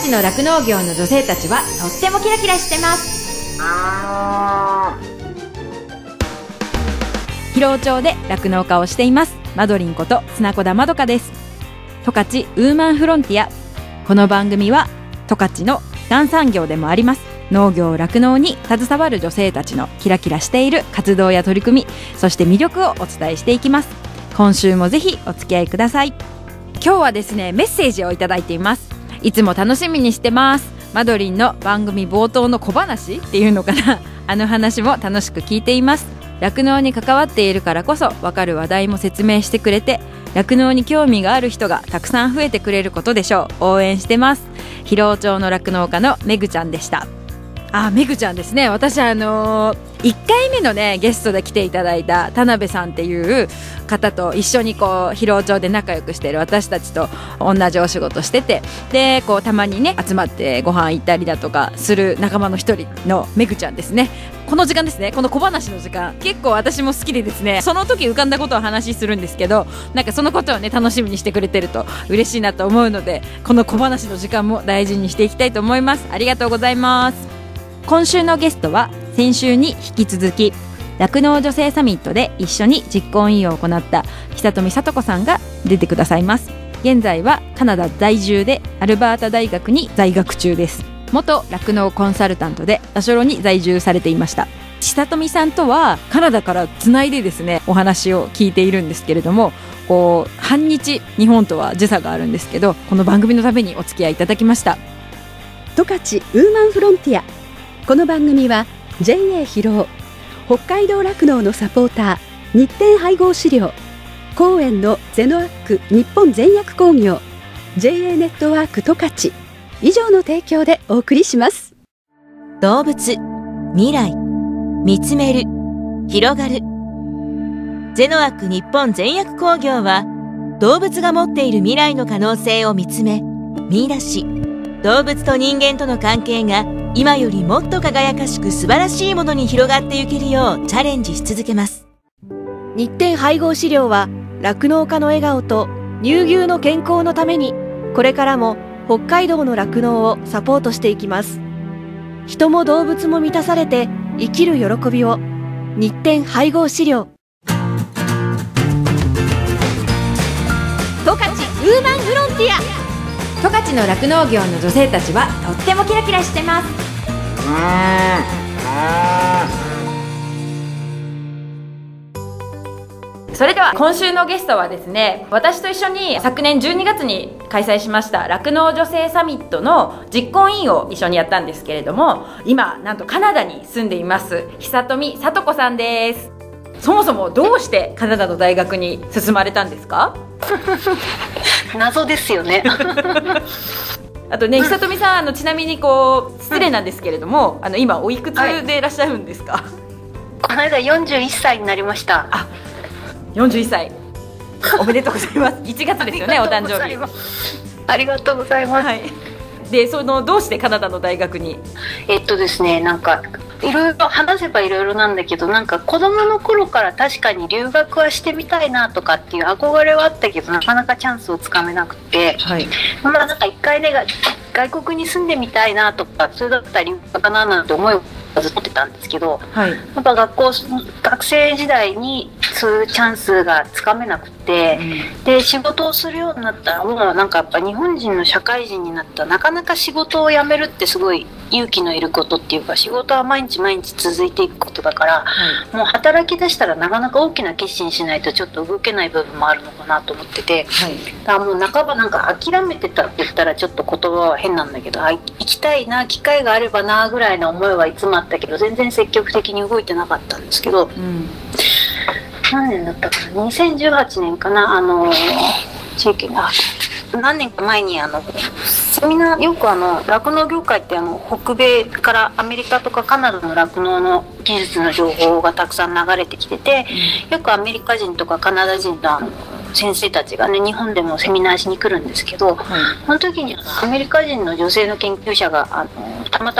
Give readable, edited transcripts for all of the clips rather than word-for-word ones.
勝の酪農業の女性たちはとってもキラキラしてます。広尾町で酪農家をしていますマドリンこと砂子田まどかです。十勝ウーマンフロンティア。この番組は十勝の基幹産業でもあります農業酪農に携わる女性たちのキラキラしている活動や取り組み、そして魅力をお伝えしていきます。今週もぜひお付き合いください。今日はですね、メッセージをいただいています。いつも楽しみにしてます。マドリンの番組冒頭の小話っていうのかなあの話も楽しく聞いています。酪農に関わっているからこそ分かる話題も説明してくれて、酪農に興味がある人がたくさん増えてくれることでしょう。応援してます。広尾町の酪農家のめぐちゃんでした。めぐちゃんですね。私1回目のねゲストで来ていただいた田辺さんっていう方と一緒に広尾町で仲良くしている私たちと同じお仕事してて、でたまにね集まってご飯行ったりだとかする仲間の一人のめぐちゃんですね。この時間ですね、この小話の時間結構私も好きでですね、その時浮かんだことを話するんですけど、なんかそのことをね楽しみにしてくれてると嬉しいなと思うので、この小話の時間も大事にしていきたいと思います。ありがとうございます。今週のゲストは先週に引き続き酪農女性サミットで一緒に実行委員を行った久富聡子さんが出てくださいます。現在はカナダ在住でアルバータ大学に在学中です。元酪農コンサルタントでナショロに在住されていました。久富さんとはカナダからつないでですねお話を聞いているんですけれども、半日日本とは時差があるんですけど、この番組のためにお付き合いいただきました。 十勝ウーマンフロンティア。この番組は JA 広尾、北海道酪農のサポーター日展配合飼料、公園のゼノアック日本全薬工業、 JA ネットワーク十勝以上の提供でお送りします。 動物、未来、見つめる、広がる。ゼノアック日本全薬工業は動物が持っている未来の可能性を見つめ見出し、動物と人間との関係が今よりもっと輝かしく素晴らしいものに広がっていけるようチャレンジし続けます。 日展配合飼料は酪農家の笑顔と乳牛の健康のために、これからも北海道の酪農をサポートしていきます。人も動物も満たされて生きる喜びを。日展配合飼料。 十勝ウーマンフロンティア。十勝の酪農業の女性たちはとってもキラキラしてます。それでは今週のゲストはですね、私と一緒に昨年12月に開催しました酪農女性サミットの実行委員を一緒にやったんですけれども、今なんとカナダに住んでいます久富聡子さんです。そもそもどうしてカナダの大学に進まれたんですか？ 謎ですよね。 あとね、久富さん、ちなみに失礼なんですけれども、今おいくつでいらっしゃるんですか？ この間41歳になりました。 41歳おめでとうございます。1月ですよねお誕生日。 ありがとうございます。 でどうしてカナダの大学に？ ですね、なんかいろいろ話せばいろいろなんだけど、なんか子供の頃から確かに留学はしてみたいなとかっていう憧れはあったけど、なかなかチャンスをつかめなくて、なんか一回ね外国に住んでみたいなとか、それだったら留学かななんて思いをずっと持ってたんですけど、やっぱ学生時代にそういうチャンスがつかめなくて、で仕事をするようになったら、もうなんかやっぱ日本人の社会人になったらなかなか仕事を辞めるってすごい勇気のいることっていうか、仕事は毎日毎日続いていくことだから、もう働き出したらなかなか大きな決心しないとちょっと動けない部分もあるのかなと思ってて、だからもう半ばなんか諦めてたって言ったらちょっと言葉は変なんだけど、行きたいな、機会があればなぐらいの思いはいつもあったけど、全然積極的に動いてなかったんですけど、何年だったかな、2018年かな、地域が何年か前にセミナー、よく酪農業界って北米からアメリカとかカナダの酪農の技術の情報がたくさん流れてきてて、よくアメリカ人とかカナダ人の先生たちがね、日本でもセミナーしに来るんですけど、その時にアメリカ人の女性の研究者がたまたま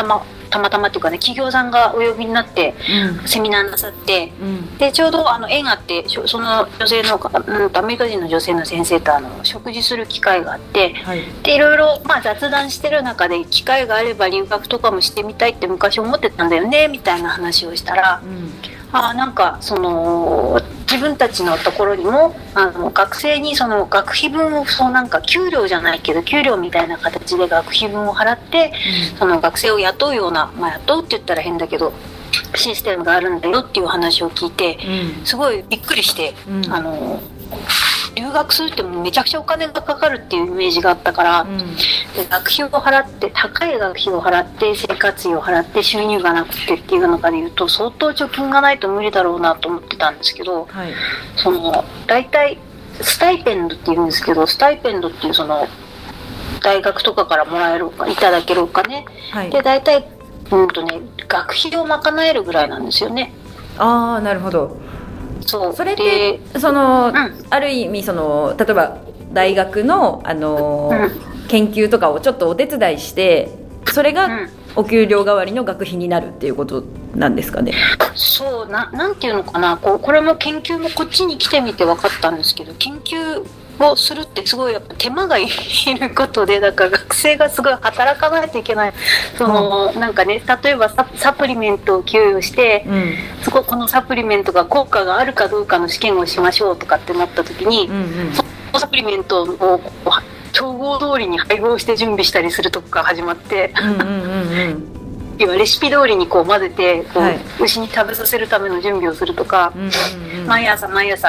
たまたまっていうかね、企業さんがお呼びになってセミナーなさって、でちょうど縁があって、その女性のアメリカ人の女性の先生と食事する機会があって、でいろいろ雑談してる中で、機会があれば留学とかもしてみたいって昔思ってたんだよねみたいな話をしたら、なんかその自分たちのところにも学生にその学費分をなんか給料じゃないけど給料みたいな形で学費分を払って、その学生を雇うような、雇うって言ったら変だけどシステムがあるんだよっていう話を聞いて、すごいびっくりして、留学するってめちゃくちゃお金がかかるっていうイメージがあったから、で学費を払って、高い学費を払って生活費を払って収入がなくてっていう中で言うと相当貯金がないと無理だろうなと思ってたんですけど、その大体スタイペンドっていうんですけど、スタイペンドっていうその大学とかからもらえるいただけるお金、で大体学費を賄えるぐらいなんですよね。 ああ、なるほど。それってある意味例えば大学の、研究とかをちょっとお手伝いして、それがお給料代わりの学費になるっていうことなんですかね。 そうなんていうのかな、これも研究もこっちに来てみて分かったんですけど、研究をするってすごいやっぱ手間がいることで、だから学生がすごい働かないといけない。なんかね、例えばサプリメントを給与して、このサプリメントが効果があるかどうかの試験をしましょうとかってなった時に、そのサプリメントを調合通りに配合して準備したりするとこから始まって、要はレシピ通りにこう混ぜて牛に食べさせるための準備をするとか、毎朝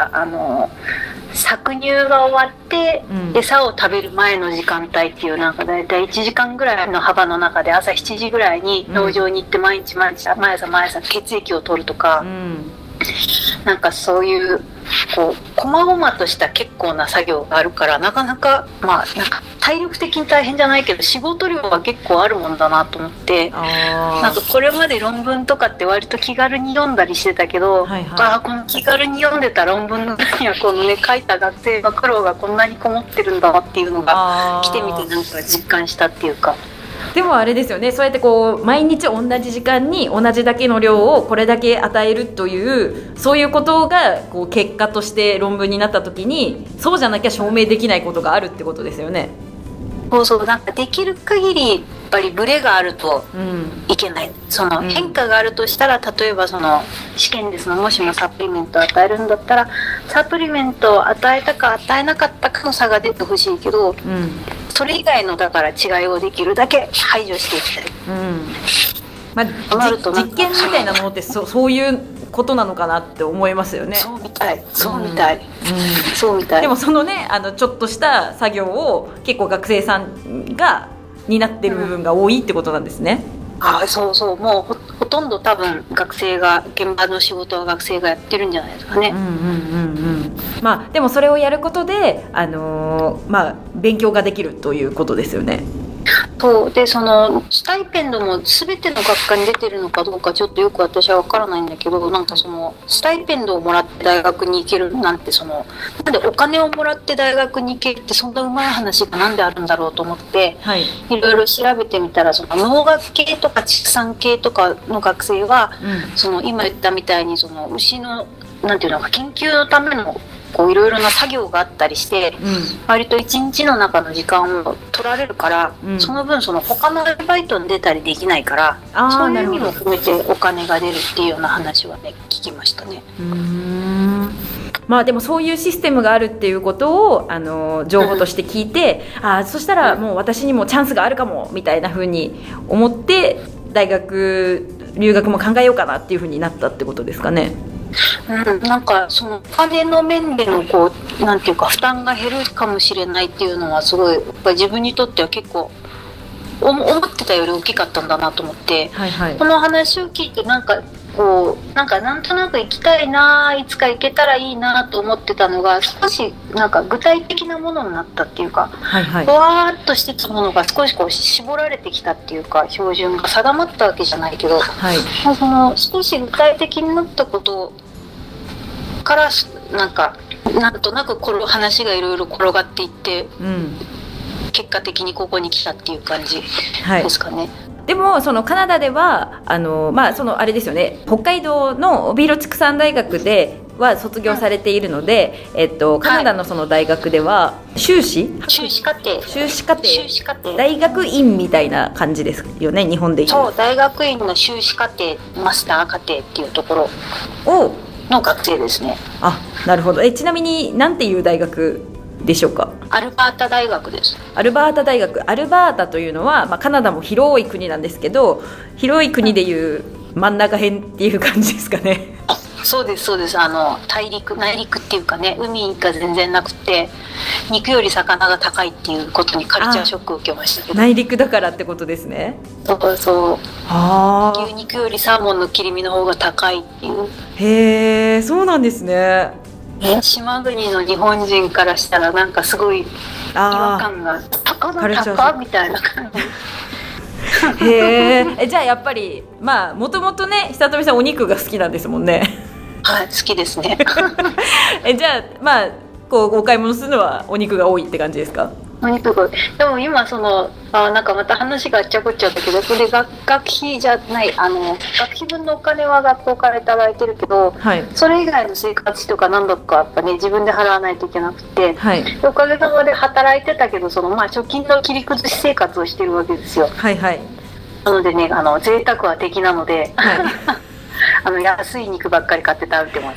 搾乳が終わって、餌を食べる前の時間帯っていう、なんかだいたい1時間ぐらいの幅の中で朝7時ぐらいに農場に行って毎朝血液を取るとか、なんかそういう細々とした結構な作業があるから、なかなかなんか体力的に大変じゃないけど仕事量は結構あるもんだなと思って、なんかこれまで論文とかって割と気軽に読んだりしてたけど、この気軽に読んでた論文の中にはこのね、書いた学生の苦労がこんなにこもってるんだなっていうのが来てみてなんか実感したっていうか。 でもあれですよね、そうやって毎日同じ時間に同じだけの量をこれだけ与えるという、そういうことが結果として論文になった時に、そうじゃなきゃ証明できないことがあるってことですよね。 なんかできる限りやっぱりブレがあるといけない、その変化があるとしたら、例えばその試験でもしもサプリメントを与えるんだったら、サプリメントを与えたか与えなかったかの差が出てほしいけど、それ以外のだから違いをできるだけ排除していきたい。 実験みたいなものってそういうことなのかなって思いますよね。 そうみたい。 でもそのね、ちょっとした作業を結構学生さんが担ってる部分が多いってことなんですね。 そうもうほとんど多分現場の仕事は学生がやってるんじゃないですかね。 でもそれをやることで勉強ができるということですよね。 でそのスタイペンドも全ての学科に出てるのかどうかちょっとよく私は分からないんだけど、なんかそのスタイペンドをもらって大学に行けるなんて、なんでお金をもらって大学に行けるってそんなうまい話がなんであるんだろうと思って、いろいろ調べてみたら、その農学系とか畜産系とかの学生は、その今言ったみたいにその牛のなんていうのか研究のためのいろいろな作業があったりして、割と一日の中の時間を取られるから、その分他のアルバイトに出たりできないから、そういう意味も含めてお金が出るっていうような話はね聞きましたね。 でもそういうシステムがあるっていうことを情報として聞いて、そしたらもう私にもチャンスがあるかもみたいな風に思って大学留学も考えようかなっていう風になったってことですかね。 なんかそのお金の面でのなんていうか負担が減るかもしれないっていうのはすごいやっぱり自分にとっては結構思ってたより大きかったんだなと思って、この話を聞いてなんとなく行きたいな、いつか行けたらいいなと思ってたのが少しなんか具体的なものになったっていうか、ふわーっとしてたものが少し絞られてきたっていうか、標準が定まったわけじゃないけど、その少し具体的になったことからなんとなく話がいろいろ転がっていって、結果的にここに来たっていう感じですかね。 でもそのカナダではそのあれですよね、北海道の帯広畜産大学では卒業されているので、カナダのその大学では修士課程大学院みたいな感じですよね、日本でいう。 そう、大学院の修士課程マスター課程っていうところの学生ですね。 あ、なるほど。ちなみに何ていう大学でしょうか？ アルバータ大学です。 アルバータ大学。アルバータというのは、カナダも広い国なんですけど、広い国でいう真ん中辺っていう感じですかね。 そうですそうです。内陸っていうかね、海が全然なくて肉より魚が高いっていうことにカルチャーショックを受けましたけど。 内陸だからってことですね。 そうそう。牛肉よりサーモンの切り身の方が高いっていう。 へえ、そうなんですね。 島国の日本人からしたらなんかすごい違和感が高みたいな感じ。 へえ。じゃあやっぱりもともとね、久富さんお肉が好きなんですもんね。 はい、好きですね。 じゃあこうお買い物するのはお肉が多いって感じですか？ お肉が。でも今なんかまた話があっちゃこっちゃったけど、それ学費じゃない、学費分のお金は学校からいただいてるけど、はい、それ以外の生活費とか何度かやっぱね自分で払わないといけなくて、はい、おかげさまで働いてたけど貯金の切り崩し生活をしてるわけですよ。はいはい。なのでね、贅沢は敵なので、はい、安い肉ばっかり買って食べてます。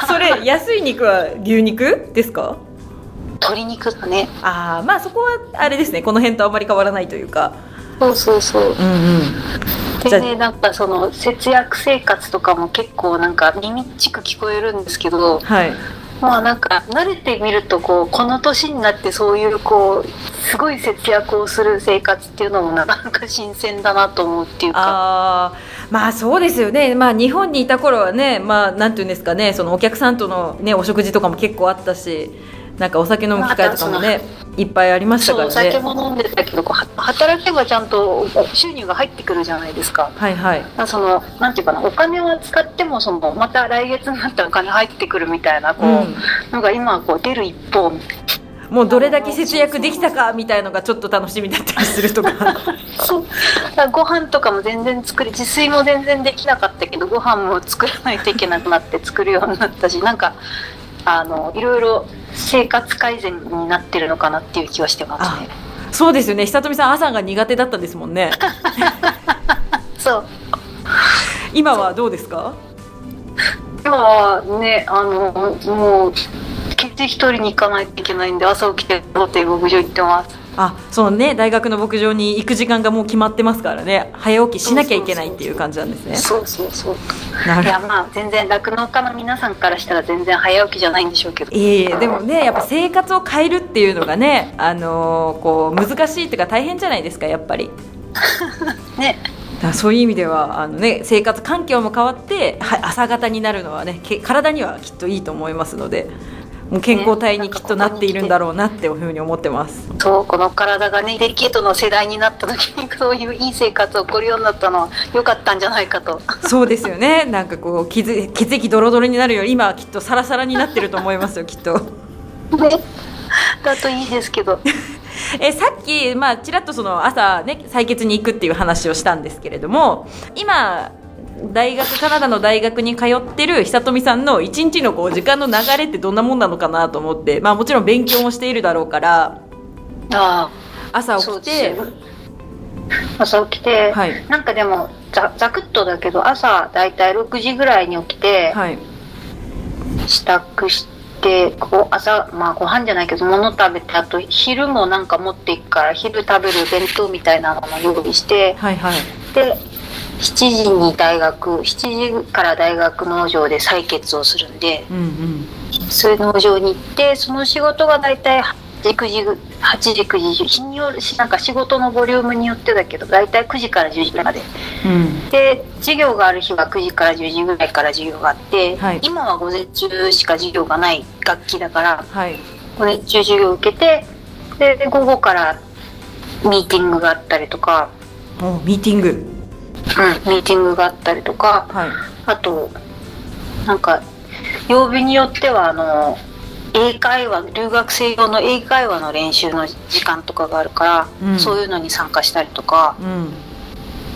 それ安い肉は牛肉ですか？ 鶏肉だね。 そこはあれですね、この辺とあんまり変わらないというか。 そうそうそう。でね、なんか節約生活とかも結構なんか耳っちく聞こえるんですけど、はい、なんか慣れてみるとこの年になってそういうすごい節約をする生活っていうのもなかなか新鮮だなと思うっていうか。 そうですよね。日本にいた頃はね、なんていうんですかね、そのお客さんとのねお食事とかも結構あったし、なんかお酒飲む機会とかもねいっぱいありましたからね。 そう、お酒も飲んでたけど働けばちゃんと収入が入ってくるじゃないですか。はいはい。なんていうかな、お金は使ってもまた来月になったらお金入ってくるみたいななんか今は出る一方みたいな。 もうどれだけ節約できたかみたいのがちょっと楽しみだったりするとか。 そう、ご飯とかも全然自炊も全然できなかったけど、ご飯も作らないといけなくなって作るようになったし、なんかいろいろ生活改善になってるのかなっていう気はしてますね。 そうですよね。久富さん朝が苦手だったんですもんね。 そう。 今はどうですか？ 今はね、もう血液取りに行かないといけないんで、朝起きてホテル牧場行ってます。 そうね、大学の牧場に行く時間がもう決まってますからね、早起きしなきゃいけないっていう感じなんですね。 そうそうそう。いや全然酪農家の皆さんからしたら全然早起きじゃないんでしょうけど。 でもね、やっぱ生活を変えるっていうのがね、難しいっていうか大変じゃないですか、やっぱり。ね。そういう意味では生活環境も変わって朝方になるのはね、体にはきっといいと思いますので。もう健康体にきっとなっているんだろうなっていうふうに思ってます。 そう、この体がねデリケートの世代になった時にそういういい生活を送るようになったのは良かったんじゃないかと。 そうですよね。なんか血液ドロドロになるより今はきっとサラサラになってると思いますよ、きっと。ね、 だといいですけど。 さっきちらっと朝ね採血に行くっていう話をしたんですけれども、今カナダの大学に通ってる久富さんの一日の時間の流れってどんなもんなのかなと思って、もちろん勉強もしているだろうから、朝起きて、はい、なんかでもざくっとだけど朝だいたい6時ぐらいに起きて、はい、支度して朝ご飯じゃないけど物食べて、あと昼もなんか持っていくから昼食べる弁当みたいなのも用意して、はいはい、で7時から大学農場で採血をするんで、そういう農場に行って、その仕事がだいたい8時9時日によるし、なんか仕事のボリュームによってだけどだいたい9時から10時まで、で授業がある日は9時から10時ぐらいから授業があって、はい、今は午前中しか授業がない学期だから、はい、午前中授業を受けて、で午後からミーティングがあったりとか。ミーティングがあったりとか、はい、あとなんか曜日によっては留学生用の英会話の練習の時間とかがあるから、そういうのに参加したりとか、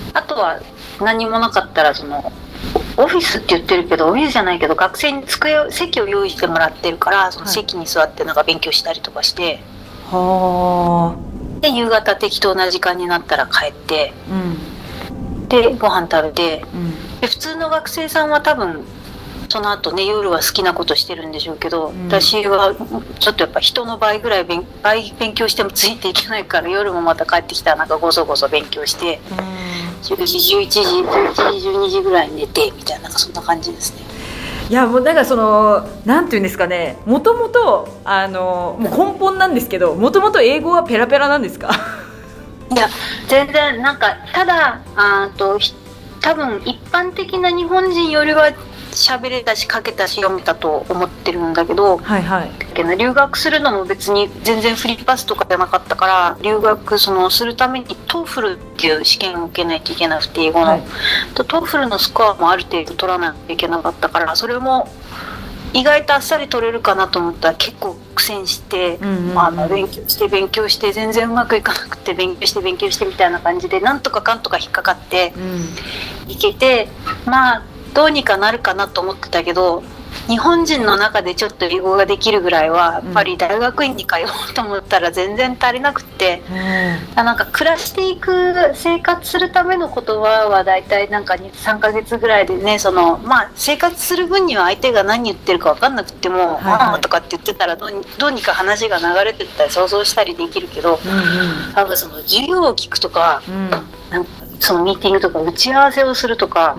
あとは何もなかったらそのオフィスって言ってるけどオフィスじゃないけど、学生に席を用意してもらってるから、その席に座ってなんか勉強したりとかして、 はあ。 で夕方適当な時間になったら帰って、でご飯食べて、で普通の学生さんは多分その後ね夜は好きなことしてるんでしょうけど、私はちょっとやっぱ人の倍ぐらい勉強してもついていけないから、夜もまた帰ってきたらなんかごそごそ勉強して、10時11時12時ぐらいに寝てみたいな、なんかそんな感じですね。 いやもうなんかそのなんていうんですかね、もともともう根本なんですけど、もともと英語はペラペラなんですか？ いや全然なんか、ただ多分一般的な日本人よりは喋れたし書けたし読めたと思ってるんだけど、 はいはい、 留学するのも別に全然フリーパスとかじゃなかったから、留学するためにトーフルっていう試験を受けないといけなくて、英語の、はい、トーフルのスコアもある程度取らないといけなかったから、それも意外とあっさり取れるかなと思ったら結構苦戦して、勉強して全然うまくいかなくて、勉強してみたいな感じで、なんとかかんとか引っかかっていけて、まあどうにかなるかなと思ってたけど、日本人の中でちょっと英語ができるぐらいはやっぱり大学院に通おうと思ったら全然足りなくて、なんか暮らしていく、生活するための言葉はだいたいなんか3ヶ月ぐらいでね、生活する分には相手が何言ってるか分かんなくても、とかって言ってたらどうにか話が流れてったり想像したりできるけど、多分その授業を聞くとか、なんかそのミーティングとか打ち合わせをするとか、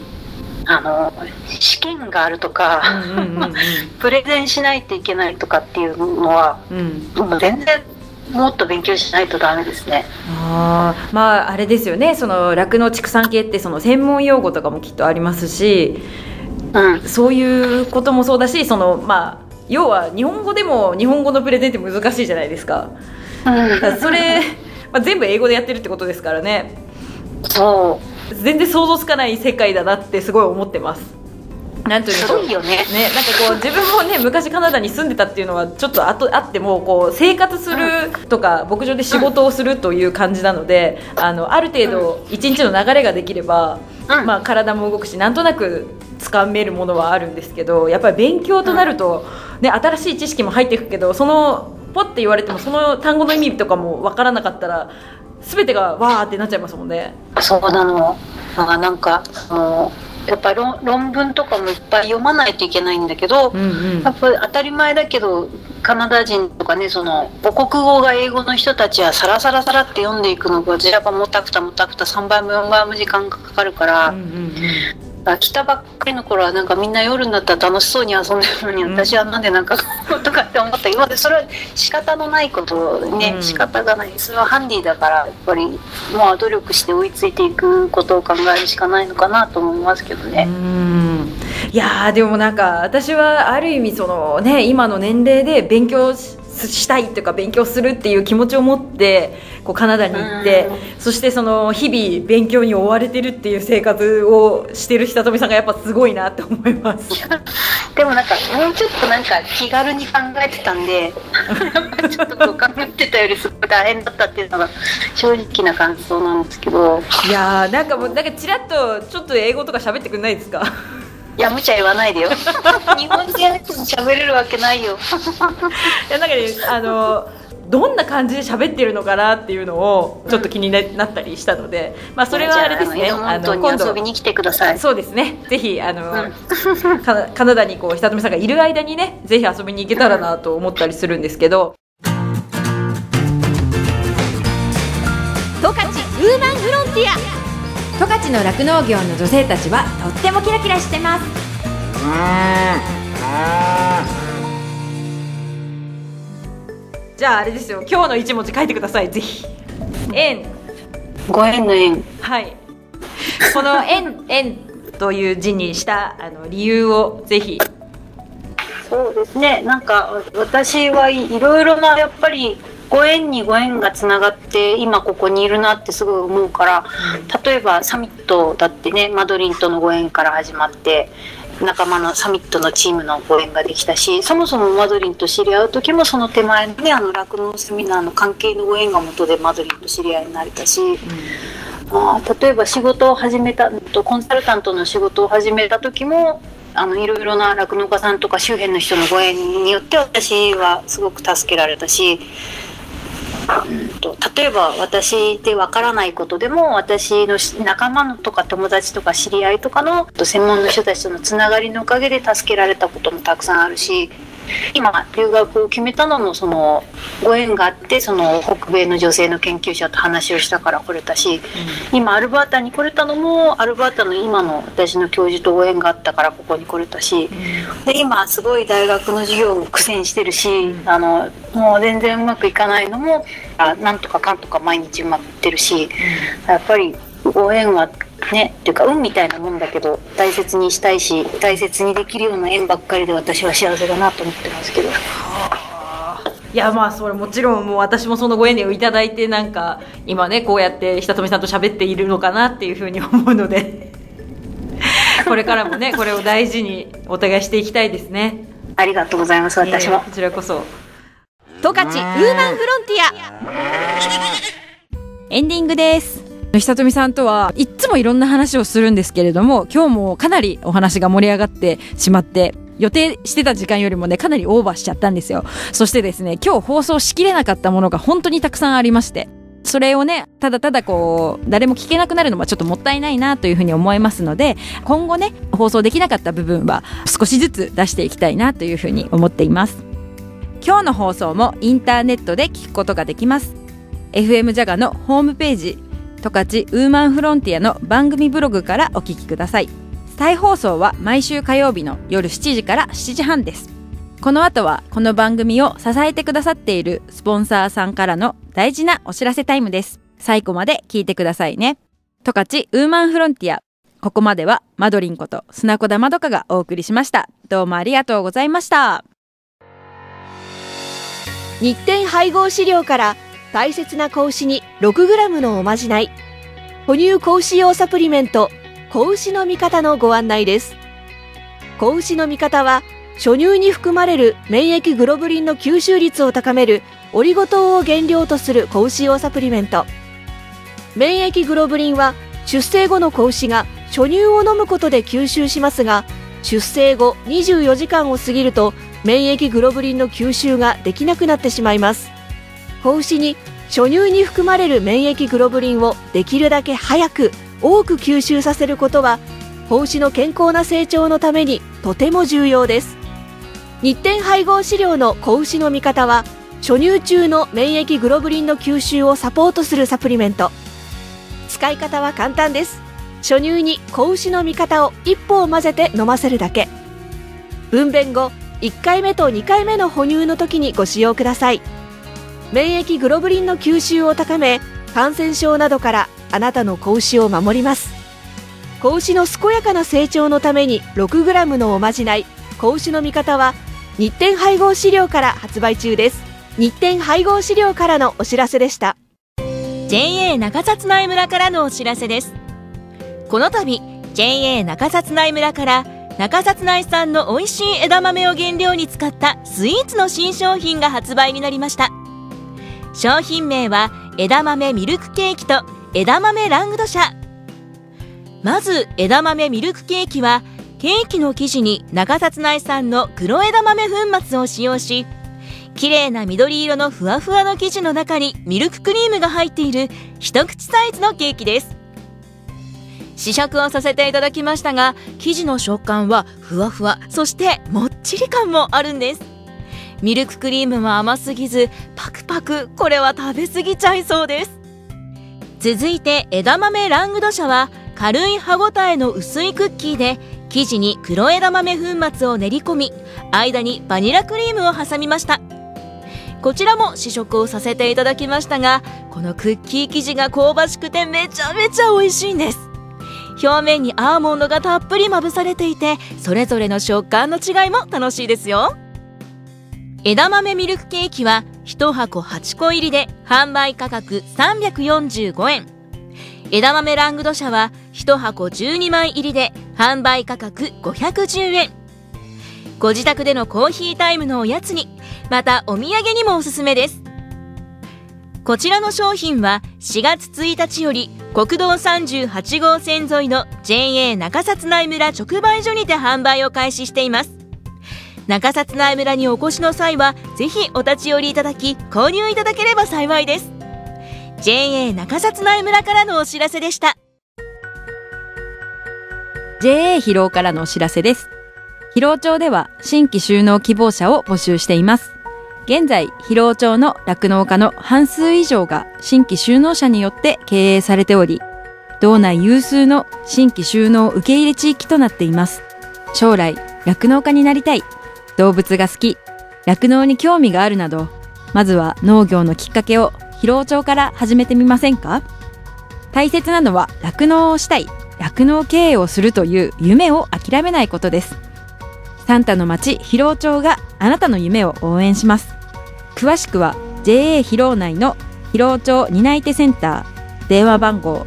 試験があるとか、プレゼンしないといけないとかっていうのは、もう全然もっと勉強しないとダメですね。 まああれですよね、その酪農畜産系ってその専門用語とかもきっとありますし、そういうこともそうだし、要は日本語でも日本語のプレゼンって難しいじゃないですか。それ、全部英語でやってるってことですからね。 そう全然想像つかない世界だなってすごい思ってます。なんというの、 すごいよね。 なんかこう自分もね昔カナダに住んでたっていうのはちょっとあっても、こう生活するとか牧場で仕事をするという感じなので、ある程度一日の流れができれば、体も動くしなんとなくつかめるものはあるんですけど、やっぱり勉強となると、新しい知識も入っていくけど、そのポッて言われてもその単語の意味とかも分からなかったら全てがわーってなっちゃいますもんね。 そうなの。なんかやっぱり論文とかもいっぱい読まないといけないんだけど、やっぱり当たり前だけどカナダ人とかね、その母国語が英語の人たちはサラサラサラって読んでいくのが、やっぱもたくた3倍も4倍も時間がかかるから、来たばっかりの頃はなんかみんな夜になったら楽しそうに遊んでるのに、私はなんでなんかとかって思ったけど、それは仕方のないことね、仕方がない。それはハンディだから、やっぱり努力して追いついていくことを考えるしかないのかなと思いますけどね。 いやでもなんか私はある意味そのね、今の年齢で勉強したいというか勉強するっていう気持ちを持ってこうカナダに行って、そしてその日々勉強に追われてるっていう生活をしてる久富さんがやっぱすごいなって思います。 でもなんかもうちょっとなんか気軽に考えてたんでちょっとこう考えてたよりすごい大変だったっていうのが正直な感想なんですけど、 いやなんかちらっとちょっと英語とか喋ってくんないですか？ いや無茶言わないでよ日本人やつに喋れるわけないよいやなんかね、どんな感じで喋ってるのかなっていうのをちょっと気になったりしたので、それはあれですね、 今度遊びに来てください。 そうですね、ぜひカナダにこう久富さんがいる間にね、ぜひ遊びに行けたらなと思ったりするんですけど、 十勝ウーマンフロンティア。 十勝の酪農業の女性たちはとってもキラキラしてます。じゃああれですよ、今日の一文字書いてください、ぜひ。縁、 ご縁の縁。 はい、この縁という字にした理由をぜひ。 そうですね、なんか私はいろいろなやっぱりご縁にご縁がつながって今ここにいるなってすごい思うから、例えばサミットだってね、マドリンとのご縁から始まって仲間のサミットのチームのご縁ができたし、そもそもマドリンと知り合う時もその手前のね、酪農セミナーの関係のご縁が元でマドリンと知り合いになれたし、 例えば仕事を始めたコンサルタントの仕事を始めた時もいろいろな酪農家さんとか周辺の人のご縁によって私はすごく助けられたし、例えば私でわからないことでも私の仲間のとか友達とか知り合いとかの専門の人たちとのつながりのおかげで助けられたこともたくさんあるし、今留学を決めたのもそのご縁があって、その北米の女性の研究者と話をしたから来れたし、今アルバータに来れたのもアルバータの今の私の教授とご縁があったからここに来れたし、で今すごい大学の授業も苦戦してるし、もう全然うまくいかないのもなんとかかんとか毎日うまくいってるし、やっぱりご縁はね、っていうか運みたいなもんだけど大切にしたいし、大切にできるような縁ばっかりで私は幸せだなと思ってますけど。 いやまあそれもちろんもう私もそのご縁をいただいて、なんか今ねこうやって久富さんと喋っているのかなっていうふうに思うのでこれからもねこれを大事にお互いしていきたいですね。 ありがとうございます。私もこちらこそ。 十勝ウーマンフロンティアエンディングです。久富さんとはいつもいろんな話をするんですけれども、今日もかなりお話が盛り上がってしまって、予定してた時間よりもねかなりオーバーしちゃったんですよ。そしてですね、今日放送しきれなかったものが本当にたくさんありまして、それをねただただこう誰も聞けなくなるのはちょっともったいないなというふうに思いますので、今後ね放送できなかった部分は少しずつ出していきたいなというふうに思っています。今日の放送もインターネットで聞くことができます。 FM ジャガのホームページ、十勝ウーマンフロンティアの番組ブログからお聞きください。再放送は毎週火曜日の夜7時から7時半です。この後はこの番組を支えてくださっているスポンサーさんからの大事なお知らせタイムです。最後まで聞いてくださいね。十勝ウーマンフロンティア、ここまではマドリンこと砂子田まどかがお送りしました。どうもありがとうございました。 日展配合飼料から大切な子牛に 6g のおまじない、哺乳子牛用サプリメント子牛の味方のご案内です。子牛の味方は初乳に含まれる免疫グロブリンの吸収率を高めるオリゴ糖を原料とする子牛用サプリメント。免疫グロブリンは出生後の子牛が初乳を飲むことで吸収しますが、出生後24時間を過ぎると免疫グロブリンの吸収ができなくなってしまいます。子牛に初乳に含まれる免疫グロブリンをできるだけ早く多く吸収させることは子牛の健康な成長のためにとても重要です。日展配合飼料の子牛の味方は初乳中の免疫グロブリンの吸収をサポートするサプリメント。使い方は簡単です。初乳に子牛の味方を1本混ぜて飲ませるだけ。分娩後1回目と2回目の哺乳の時にご使用ください。免疫グロブリンの吸収を高め、感染症などからあなたの子牛を守ります。子牛の健やかな成長のために 6g のおまじない子牛の味方は日展配合飼料から発売中です。日展配合飼料からのお知らせでした。 JA 中札内村からのお知らせです。この度 JA 中札内村から中札内産の美味しい枝豆を原料に使ったスイーツの新商品が発売になりました。商品名は枝豆ミルクケーキと枝豆ラングドシャ。まず枝豆ミルクケーキはケーキの生地に中札内産の黒枝豆粉末を使用し、綺麗な緑色のふわふわの生地の中にミルククリームが入っている一口サイズのケーキです。試食をさせていただきましたが、生地の食感はふわふわ、そしてもっちり感もあるんです。ミルククリームは甘すぎずパクパク、これは食べ過ぎちゃいそうです。続いて枝豆ラングドシャは軽い歯ごたえの薄いクッキーで、生地に黒枝豆粉末を練り込み、間にバニラクリームを挟みました。こちらも試食をさせていただきましたが、このクッキー生地が香ばしくてめちゃめちゃ美味しいんです。表面にアーモンドがたっぷりまぶされていて、それぞれの食感の違いも楽しいですよ。枝豆ミルクケーキは1箱8個入りで販売価格345円。枝豆ラングドシャは1箱12枚入りで販売価格510円。ご自宅でのコーヒータイムのおやつに、またお土産にもおすすめです。 こちらの商品は4月1日より国道38号線沿いの JA 中札内村直売所にて販売を開始しています。中札内村にお越しの際はぜひお立ち寄りいただき購入いただければ幸いです。 JA 中札内村からのお知らせでした。 JA 広尾からのお知らせです。広尾町では新規就農希望者を募集しています。現在、広尾町の酪農家の半数以上が新規就農者によって経営されており、道内有数の新規就農受け入れ地域となっています。将来、酪農家になりたい、動物が好き、酪農に興味があるなど、まずは農業のきっかけを広尾町から始めてみませんか？大切なのは酪農をしたい、酪農経営をするという夢を諦めないことです。サンタの町広尾町があなたの夢を応援します。詳しくは JA 広尾内の広尾町担い手センター、電話番号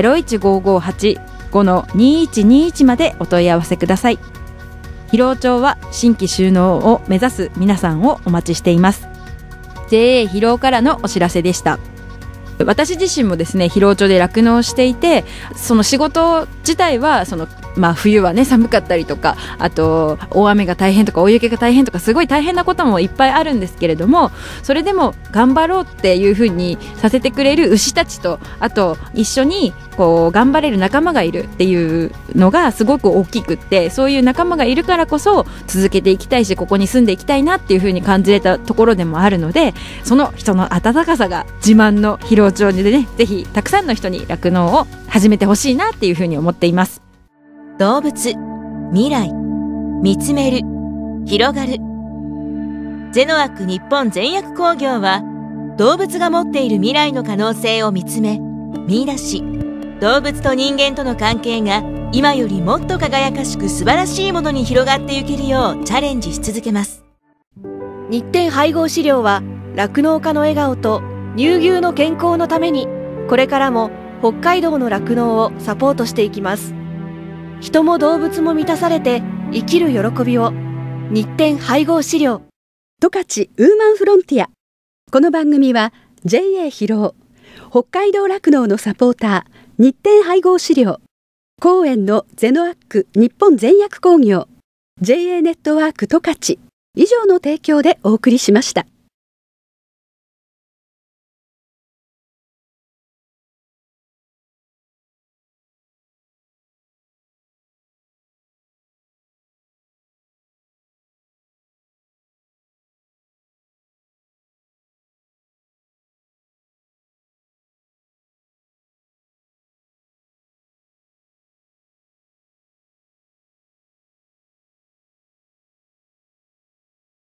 015585-2121 までお問い合わせください。広尾町は新規就農を目指す皆さんをお待ちしています。 JA 広尾からのお知らせでした。私自身もですね、広尾町で酪農していて、その仕事自体は冬はね寒かったりとか、あと大雨が大変とか大雪が大変とか、すごい大変なこともいっぱいあるんですけれども、それでも頑張ろうっていう風にさせてくれる牛たちと、あと一緒に頑張れる仲間がいるっていうのがすごく大きくって、そういう仲間がいるからこそ続けていきたいし、ここに住んでいきたいなっていう風に感じれたところでもあるので、その人の温かさが自慢の広尾町でね、ぜひたくさんの人に酪農を始めてほしいなっていう風に思っています。 動物、未来、見つめる、広がる。ゼノアック日本全薬工業は、動物が持っている未来の可能性を見つめ、見出し、動物と人間との関係が今よりもっと輝かしく素晴らしいものに広がっていけるようチャレンジし続けます。 日展配合飼料は酪農家の笑顔と乳牛の健康のために、これからも北海道の酪農をサポートしていきます。人も動物も満たされて生きる喜びを。日展配合飼料。 十勝ウーマンフロンティア。この番組は JA 広尾、北海道酪農のサポーター、日展配合飼料、公園のゼノアック日本全薬工業、JA ネットワーク十勝以上の提供でお送りしました。